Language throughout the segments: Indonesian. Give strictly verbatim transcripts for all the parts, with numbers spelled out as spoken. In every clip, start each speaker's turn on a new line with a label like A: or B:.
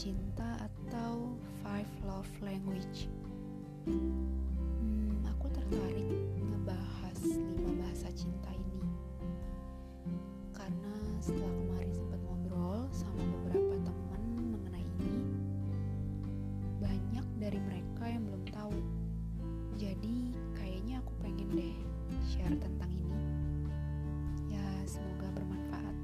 A: cinta atau Five Love Language. Hmm, aku tertarik ngebahas lima bahasa cinta ini karena setelah kemarin sempat ngobrol sama beberapa teman mengenai ini, banyak dari mereka yang belum tahu. Jadi kayaknya aku pengen deh share tentang ini. Ya, semoga bermanfaat.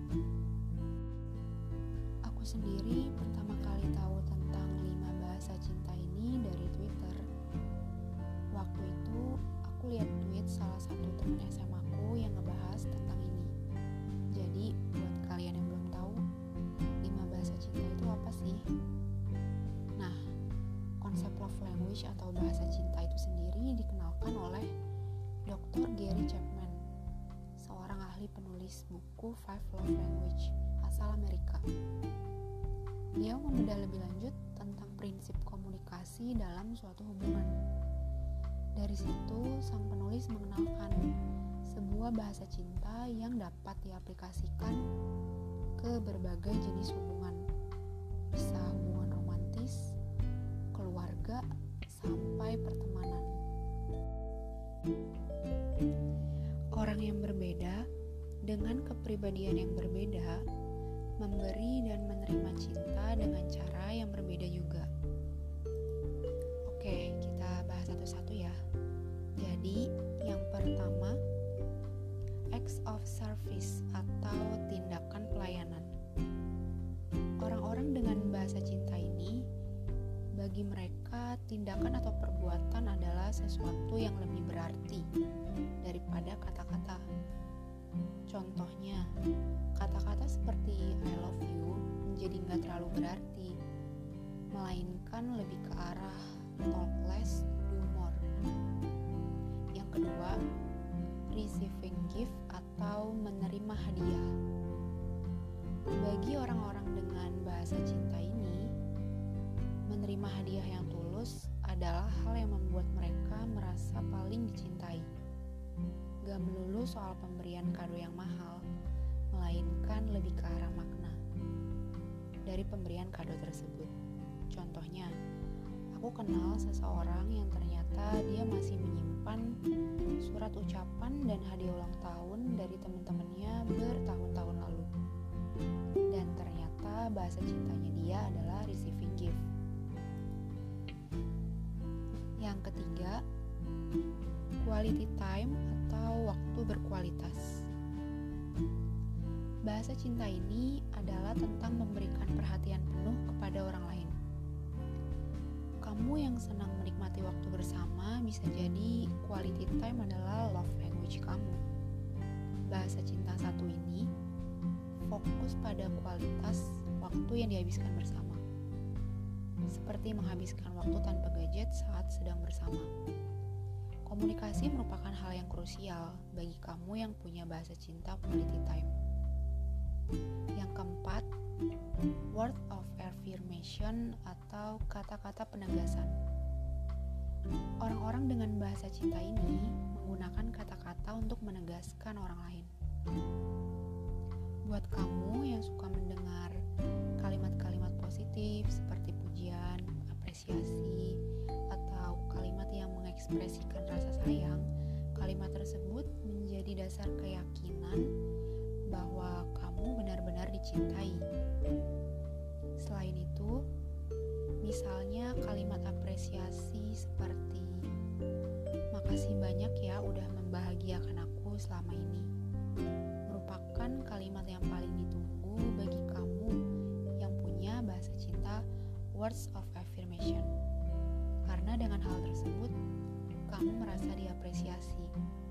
A: Aku sendiri pertama kali tahu tentang lima bahasa cinta ini dari Twitter. Waktu itu aku lihat tweet salah satu teman S M A aku yang ngebahas tentang ini. Jadi buat kalian yang belum tahu, lima bahasa cinta itu apa sih? Nah, konsep love language atau bahasa cinta itu sendiri dikenalkan oleh doktor Gary Chapman, seorang ahli penulis buku Five Love Language asal Amerika. Dia membedah lebih lanjut tentang prinsip komunikasi dalam suatu hubungan. Dari situ, sang penulis mengenalkan sebuah bahasa cinta yang dapat diaplikasikan ke berbagai jenis hubungan. Bisa hubungan romantis, keluarga, sampai pertemanan. Orang yang berbeda dengan kepribadian yang berbeda memberi dan menerima cinta dengan cara yang berbeda juga. Oke, kita bahas satu-satu ya. Jadi, yang pertama, acts of service atau tindakan pelayanan. Orang-orang dengan bahasa cinta ini, bagi mereka tindakan atau perbuatan adalah sesuatu yang lebih berarti daripada kata-kata. Contohnya, kata-kata seperti I love you menjadi gak terlalu berarti, melainkan lebih ke arah talk less, do more. Yang kedua, receiving gift atau menerima hadiah. Bagi orang-orang dengan bahasa cinta ini, menerima hadiah yang tulus adalah hal yang membuat mereka merasa paling dicintai. Gak melulu soal pemberian kado yang mahal, melainkan lebih ke arah makna dari pemberian kado tersebut. Contohnya, aku kenal seseorang yang ternyata dia masih menyimpan surat ucapan dan hadiah ulang tahun dari teman-temannya bertahun-tahun lalu. Dan ternyata bahasa cintanya dia adalah receiving gift. Yang ketiga, quality time atau waktu berkualitas. Bahasa cinta ini adalah tentang memberikan perhatian penuh kepada orang lain. Kamu yang senang menikmati waktu bersama bisa jadi quality time adalah love language kamu. Bahasa cinta satu ini fokus pada kualitas waktu yang dihabiskan bersama. Seperti menghabiskan waktu tanpa gadget saat sedang bersama. Komunikasi merupakan hal yang krusial bagi kamu yang punya bahasa cinta quality time. Yang keempat, word of affirmation atau kata-kata penegasan. Orang-orang dengan bahasa cinta ini menggunakan kata-kata untuk menegaskan orang lain. Buat kamu yang suka mendengar kalimat-kalimat positif seperti pujian, apresiasi, atau kalimat yang mengekspresikan rasa sayang, kalimat tersebut menjadi dasar keyakinan bahwa kamu benar-benar dicintai. Selain itu, misalnya kalimat apresiasi seperti makasih banyak ya udah membahagiakan aku selama ini, merupakan kalimat yang paling ditunggu bagi kamu yang punya bahasa cinta words of affirmation. Karena dengan hal tersebut, kamu merasa diapresiasi.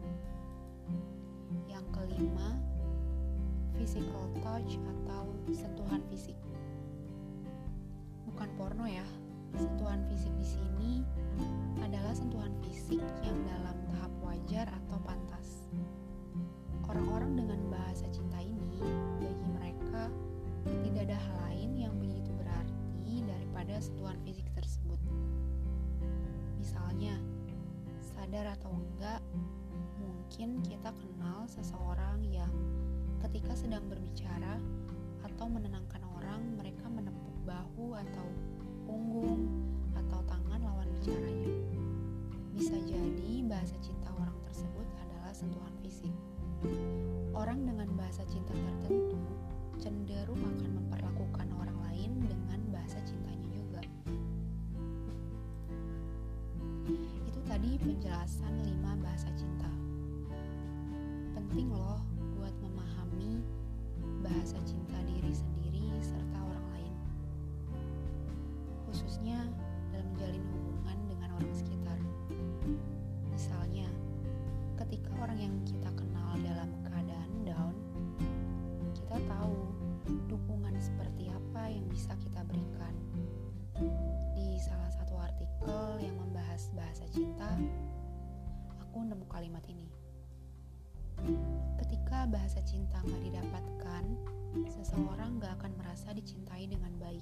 A: Yang kelima, physical touch atau sentuhan fisik. Bukan porno ya. Sentuhan fisik di sini adalah sentuhan fisik yang dalam tahap wajar atau pantas. Orang-orang dengan bahasa cinta ini, bagi mereka tidak ada hal lain yang begitu berarti daripada sentuhan fisik tersebut. Misalnya, sadar atau enggak, mungkin kita kenal seseorang yang ketika sedang berbicara atau menenangkan orang, mereka menepuk bahu atau punggung atau tangan lawan bicaranya. Bisa jadi bahasa cinta orang tersebut adalah sentuhan fisik. Orang dengan bahasa cinta tertentu cenderung akan memperlakukan orang lain dengan bahasa cintanya juga. Itu tadi penjelasan lima bahasa cinta. Penting loh buat memahami bahasa cinta diri sendiri serta orang lain, khususnya dalam menjalin hubungan dengan orang sekitar. Misalnya, ketika orang yang kita kenal dalam keadaan down, kita tahu dukungan seperti apa yang bisa kita berikan. Di salah satu artikel yang membahas bahasa cinta, aku nemu kalimat ini. Ketika bahasa cinta gak didapatkan, seseorang gak akan merasa dicintai dengan baik.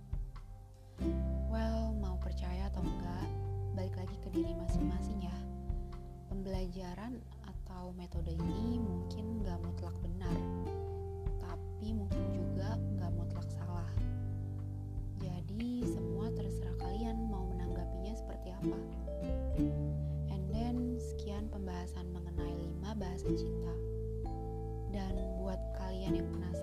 A: Well, mau percaya atau enggak, balik lagi ke diri masing-masing ya. Pembelajaran atau metode ini mungkin gak mutlak benar, tapi mungkin juga gak mutlak salah. Jadi semua terserah kalian mau menanggapinya seperti apa. And then, sekian pembahasan mengenai lima bahasa cinta. Dan buat kalian yang penasaran